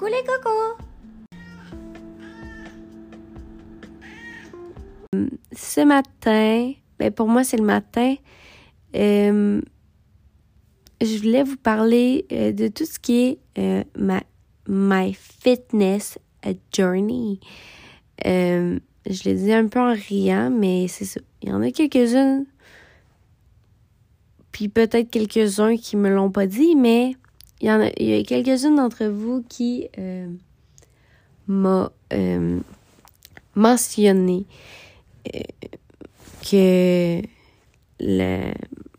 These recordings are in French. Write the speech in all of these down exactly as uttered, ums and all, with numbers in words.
Coucou les cocos! Ce matin, ben pour moi c'est le matin, euh, je voulais vous parler euh, de tout ce qui est euh, ma my fitness journey. Euh, je le dis un peu en riant, mais c'est ça. Il y en a quelques-unes, puis peut-être quelques-uns qui me l'ont pas dit, mais il y en a, il y a quelques-unes d'entre vous qui euh, m'ont euh, mentionné euh, que le,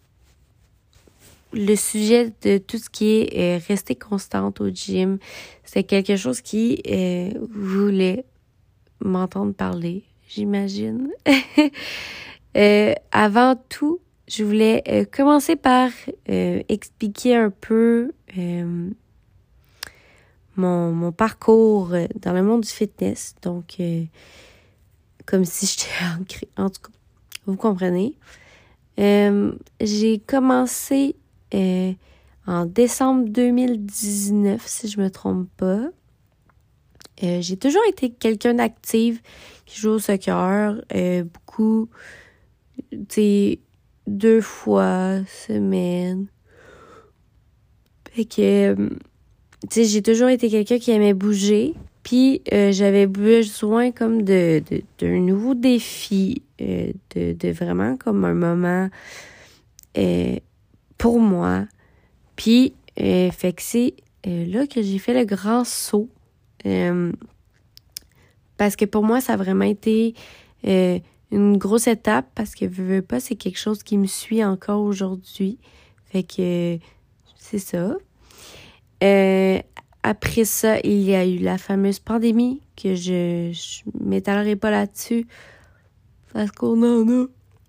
le sujet de tout ce qui est euh, rester constante au gym, c'est quelque chose qui euh, voulait m'entendre parler, j'imagine. euh, avant tout, je voulais euh, commencer par euh, expliquer un peu euh, mon, mon parcours dans le monde du fitness. Donc, euh, comme si j'étais ancrée, en tout cas, vous comprenez. Euh, j'ai commencé euh, en décembre deux mille dix-neuf, si je me trompe pas. Euh, j'ai toujours été quelqu'un d'active qui joue au soccer, euh, beaucoup, tu sais, deux fois semaine. Fait que, tu sais, j'ai toujours été quelqu'un qui aimait bouger. Puis, euh, j'avais besoin comme de, de, d'un nouveau défi, euh, de, de vraiment comme un moment euh, pour moi. Puis, euh, fait que c'est euh, là que j'ai fait le grand saut. Euh, parce que pour moi, ça a vraiment été euh, une grosse étape parce que, veux, veux pas, c'est quelque chose qui me suit encore aujourd'hui. Fait que, c'est ça. Euh, après ça, il y a eu la fameuse pandémie que je je m'étalerai pas là-dessus parce qu'on en a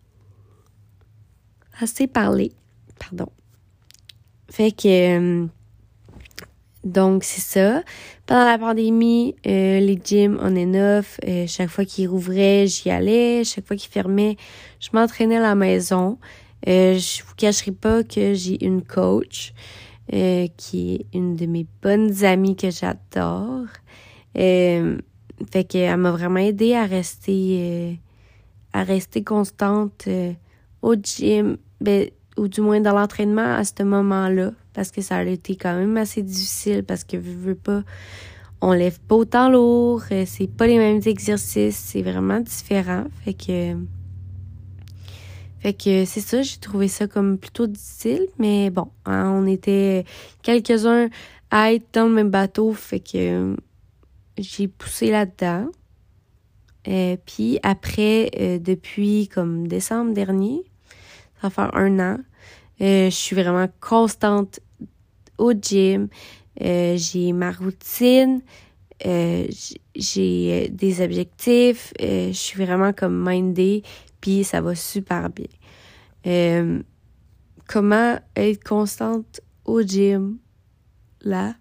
assez parlé. Pardon. Fait que... Euh, Donc, c'est ça. Pendant la pandémie, euh, les gyms on and off, euh, chaque fois qu'ils rouvraient, j'y allais. Chaque fois qu'ils fermaient, je m'entraînais à la maison. Euh, je vous cacherai pas que j'ai une coach euh, qui est une de mes bonnes amies que j'adore. Euh, fait qu'elle m'a vraiment aidée à rester euh, à rester constante euh, au gym, ben, ou du moins dans l'entraînement à ce moment-là. Parce que ça a été quand même assez difficile parce que, veux, veux pas, on lève pas autant lourd, c'est pas les mêmes exercices, c'est vraiment différent. Fait que, fait que c'est ça, j'ai trouvé ça comme plutôt difficile, mais bon, hein, on était quelques-uns à être dans le même bateau, fait que j'ai poussé là-dedans. Euh, puis après, euh, depuis comme décembre dernier, ça va faire un an, euh, je suis vraiment constante au gym, euh, j'ai ma routine, euh, j'ai des objectifs, euh, je suis vraiment comme mindée, puis ça va super bien. Euh, comment être constante au gym, là?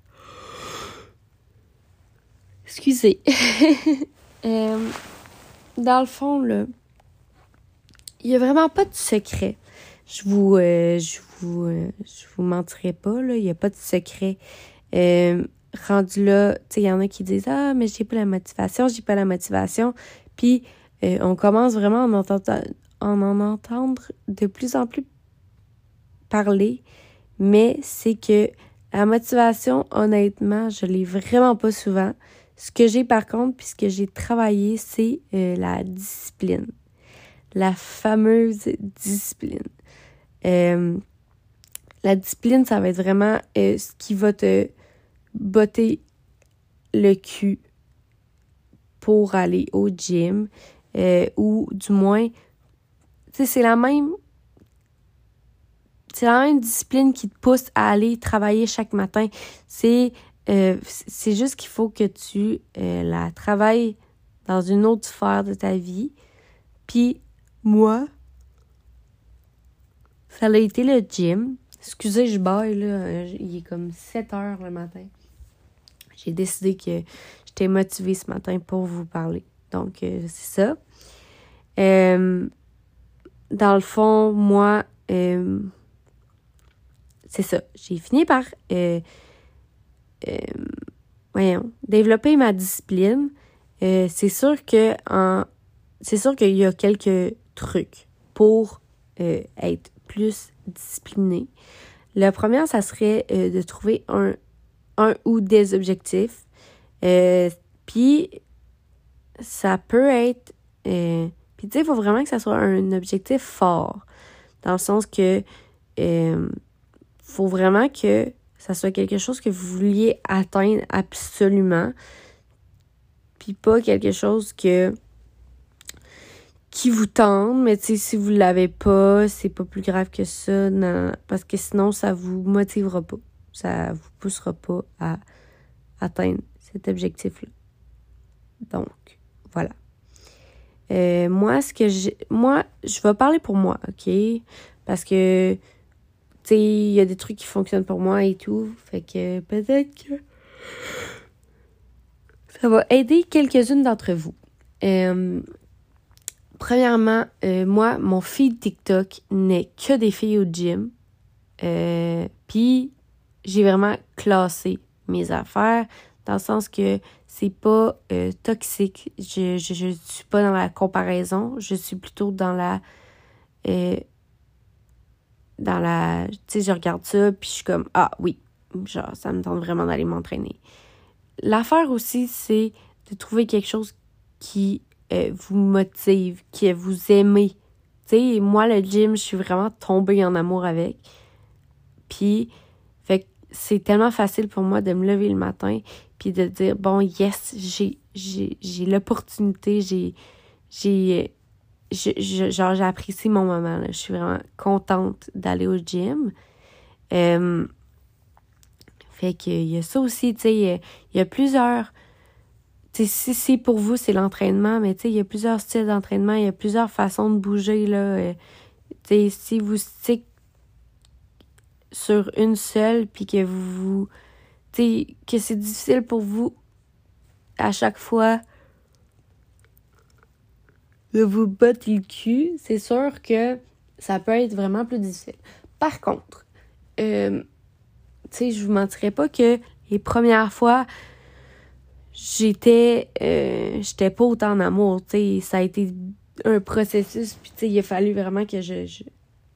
Excusez. euh, dans le fond, là, il y a vraiment pas de secret. Je vous, euh, je vous, euh, je vous mentirai pas, là. Il y a pas de secret. Euh, rendu là, tu sais, il y en a qui disent « Ah, mais j'ai pas la motivation, j'ai pas la motivation. » Puis, euh, on commence vraiment à en entendre, en, en entendre de plus en plus parler. Mais c'est que la motivation, honnêtement, je l'ai vraiment pas souvent. Ce que j'ai par contre, puis ce que j'ai travaillé, c'est euh, la discipline. La fameuse discipline. Euh, la discipline, ça va être vraiment euh, ce qui va te botter le cul pour aller au gym. Euh, ou du moins, tu sais, c'est la même... C'est la même discipline qui te pousse à aller travailler chaque matin. C'est, euh, c'est juste qu'il faut que tu euh, la travailles dans une autre sphère de ta vie. Puis, moi... Ça a été le gym. Excusez, je baille, là. Il est comme sept heures le matin. J'ai décidé que j'étais motivée ce matin pour vous parler. Donc, euh, c'est ça. Euh, dans le fond, moi, euh, c'est ça. J'ai fini par euh, euh, voyons, développer ma discipline, euh, c'est sûr que en, c'est sûr qu'il y a quelques trucs pour euh, être plus discipliné. La première, ça serait euh, de trouver un, un ou des objectifs. Euh, puis, ça peut être... Euh, puis, tu sais, il faut vraiment que ça soit un objectif fort. Dans le sens que... Euh, faut vraiment que ça soit quelque chose que vous vouliez atteindre absolument. Puis pas quelque chose que... qui vous tente, mais tu sais, si vous l'avez pas, c'est pas plus grave que ça, non, parce que sinon, ça vous motivera pas. Ça vous poussera pas à atteindre cet objectif-là. Donc, voilà. Euh, moi, ce que j'ai... Moi, je vais parler pour moi, OK? Parce que, tu sais, il y a des trucs qui fonctionnent pour moi et tout, fait que peut-être que ça va aider quelques-unes d'entre vous. Euh... Premièrement, euh, moi, mon feed TikTok n'est que des filles au gym. Euh, Puis, j'ai vraiment classé mes affaires dans le sens que c'est pas euh, toxique. Je, je, je suis pas dans la comparaison. Je suis plutôt dans la... Euh, dans la... Tu sais, je regarde ça, puis je suis comme, ah oui, genre, ça me tente vraiment d'aller m'entraîner. L'affaire aussi, c'est de trouver quelque chose qui... Euh, vous motive, que vous aimez. Tu sais, moi, le gym, je suis vraiment tombée en amour avec. Puis, fait que c'est tellement facile pour moi de me lever le matin puis de dire, bon, yes, j'ai, j'ai, j'ai l'opportunité, j'ai, j'ai, je, je, genre, j'apprécie mon moment, là. Je suis vraiment contente d'aller au gym. Euh, fait que, il y a ça aussi, tu sais, il y a, il y a plusieurs... T'sais, si, si pour vous, c'est l'entraînement, mais tu sais, il y a plusieurs styles d'entraînement, il y a plusieurs façons de bouger, là. Euh, tu sais, si vous stick sur une seule, puis que vous, vous tu sais, que c'est difficile pour vous, à chaque fois, de vous battre le cul, c'est sûr que ça peut être vraiment plus difficile. Par contre, euh, tu sais, je vous mentirais pas que les premières fois, j'étais euh, j'étais pas autant en amour, tu sais, ça a été un processus, puis tu sais, il a fallu vraiment que je, je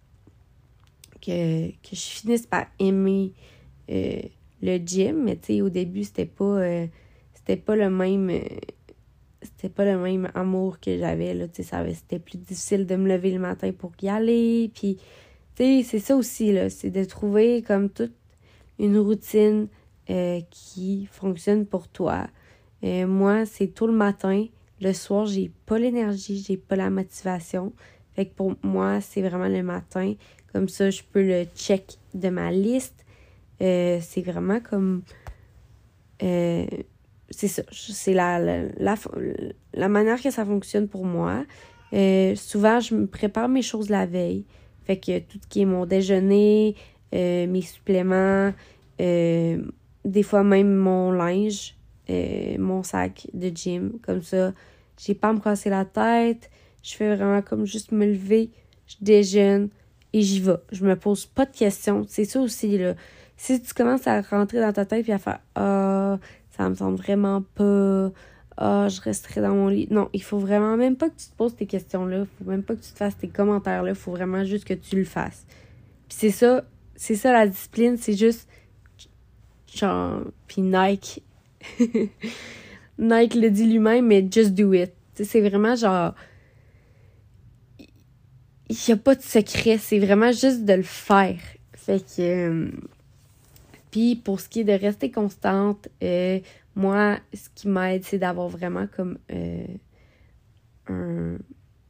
que, que je finisse par aimer euh, le gym, mais tu sais, au début, c'était pas euh, c'était pas le même euh, c'était pas le même amour que j'avais, là, tu sais, ça c'était plus difficile de me lever le matin pour y aller, puis tu sais, c'est ça aussi, là, c'est de trouver comme toute une routine euh, qui fonctionne pour toi. Euh, moi, c'est tôt le matin. Le soir, j'ai pas l'énergie, j'ai pas la motivation. Fait que pour moi, c'est vraiment le matin. Comme ça, je peux le check de ma liste. Euh, c'est vraiment comme... Euh, c'est ça. C'est la, la, la, la manière que ça fonctionne pour moi. Euh, souvent, je me prépare mes choses la veille. Fait que tout ce qui est mon déjeuner, euh, mes suppléments, euh, des fois même mon linge, Euh, mon sac de gym. Comme ça, j'ai pas à me casser la tête. Je fais vraiment comme juste me lever, je déjeune et j'y vais. Je me pose pas de questions. C'est ça aussi, là. Si tu commences à rentrer dans ta tête puis à faire « Ah, ça me semble vraiment pas. Ah, je resterai dans mon lit. » Non, il faut vraiment même pas que tu te poses tes questions-là. Il faut même pas que tu te fasses tes commentaires-là. Il faut vraiment juste que tu le fasses. Puis c'est ça, c'est ça la discipline. C'est juste genre... Puis Nike... Nike le dit lui-même, mais just do it. T'sais, c'est vraiment genre... Il n'y a pas de secret, c'est vraiment juste de le faire. Fait que... Euh... Puis pour ce qui est de rester constante, euh, moi, ce qui m'aide, c'est d'avoir vraiment comme euh, un...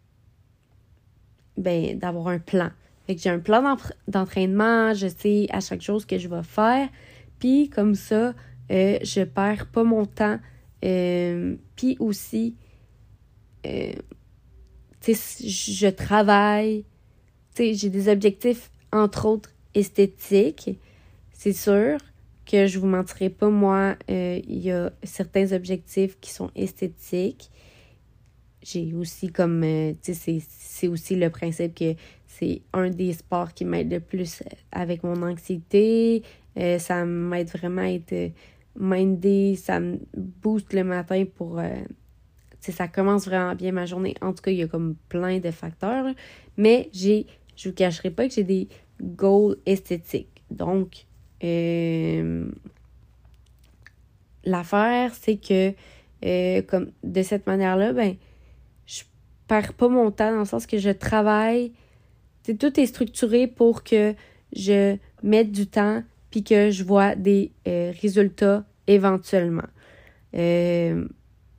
Ben, d'avoir un plan. Fait que j'ai un plan d'entraînement, je sais à chaque chose que je vais faire. Puis comme ça... Euh, je perds pas mon temps. Euh, Puis aussi, euh, tu sais, je travaille. Tu sais, j'ai des objectifs, entre autres, esthétiques. C'est sûr que je vous mentirai pas, moi, euh, il y a certains objectifs qui sont esthétiques. J'ai aussi comme, euh, tu sais, c'est, c'est aussi le principe que c'est un des sports qui m'aide le plus avec mon anxiété. Euh, ça m'aide vraiment à être... mindée, ça me booste le matin pour... Euh, tu sais, ça commence vraiment bien ma journée. En tout cas, il y a comme plein de facteurs. Là. Mais j'ai, je vous cacherai pas que j'ai des goals esthétiques. Donc, euh, l'affaire, c'est que euh, comme de cette manière-là, ben, je perds pas mon temps dans le sens que je travaille. T'sais, tout est structuré pour que je mette du temps puis que je vois des euh, résultats éventuellement. Euh,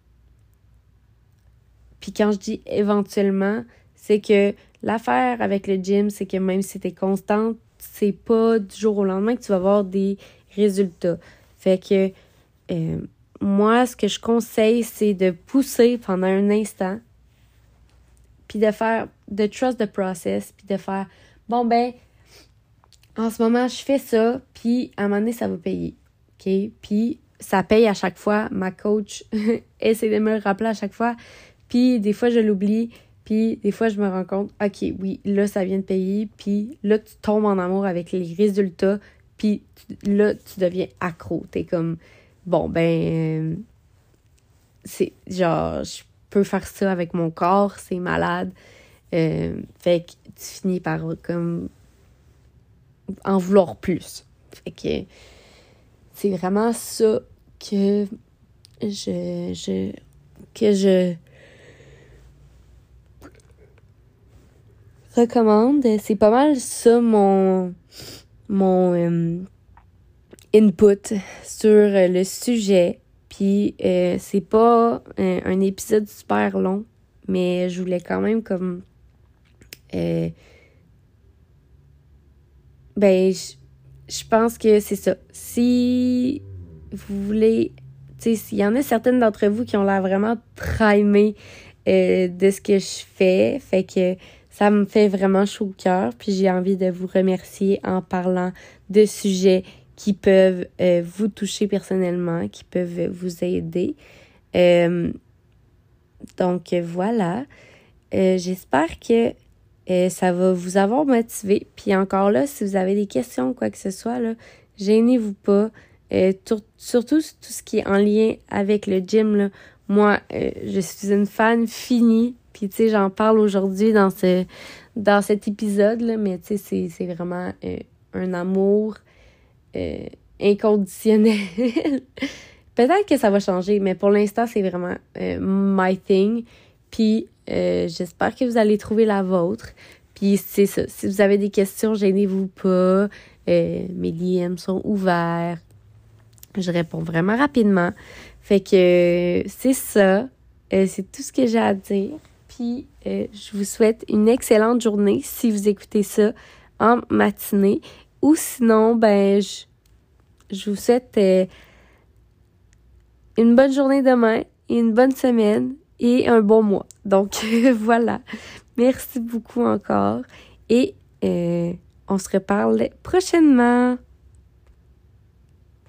puis quand je dis éventuellement, c'est que l'affaire avec le gym, c'est que même si t'es constante, c'est pas du jour au lendemain que tu vas avoir des résultats. Fait que euh, moi, ce que je conseille, c'est de pousser pendant un instant, puis de faire, de trust the process, puis de faire, bon ben, en ce moment, je fais ça, puis à un moment donné, ça va payer, OK? Puis ça paye à chaque fois. Ma coach essaie de me le rappeler à chaque fois, puis des fois, je l'oublie, puis des fois, je me rends compte, OK, oui, là, ça vient de payer, puis là, tu tombes en amour avec les résultats, puis tu, là, tu deviens accro. T'es comme, bon, ben, euh, c'est genre, je peux faire ça avec mon corps, c'est malade. Euh, fait que tu finis par, comme, en vouloir plus. Fait que c'est vraiment ça que je, je, que je recommande. C'est pas mal ça mon, mon euh, input sur le sujet. Puis euh, c'est pas un, un épisode super long, mais je voulais quand même comme euh, ben je, je pense que c'est ça. Si vous voulez, tu sais, s'il y en a certaines d'entre vous qui ont l'air vraiment primées euh, de ce que je fais, fait que ça me fait vraiment chaud au cœur, puis j'ai envie de vous remercier en parlant de sujets qui peuvent euh, vous toucher personnellement, qui peuvent vous aider. Euh, donc voilà, euh, j'espère que euh, ça va vous avoir motivé. Puis encore là, si vous avez des questions ou quoi que ce soit, là, gênez-vous pas. Euh, tout, surtout tout ce qui est en lien avec le gym, là. Moi, euh, je suis une fan finie. Puis tu sais, j'en parle aujourd'hui dans ce dans cet épisode, là, mais tu sais, c'est, c'est vraiment euh, un amour euh, inconditionnel. Peut-être que ça va changer, mais pour l'instant, c'est vraiment euh, my thing. Puis euh, j'espère que vous allez trouver la vôtre. Puis c'est ça. Si vous avez des questions, gênez-vous pas. Euh, mes D M sont ouverts. Je réponds vraiment rapidement. Fait que euh, c'est ça. Euh, c'est tout ce que j'ai à dire. Puis euh, je vous souhaite une excellente journée si vous écoutez ça en matinée. Ou sinon, ben je, je vous souhaite euh, une bonne journée demain et une bonne semaine et un bon mois. Donc voilà. Merci beaucoup encore et euh, on se reparle prochainement.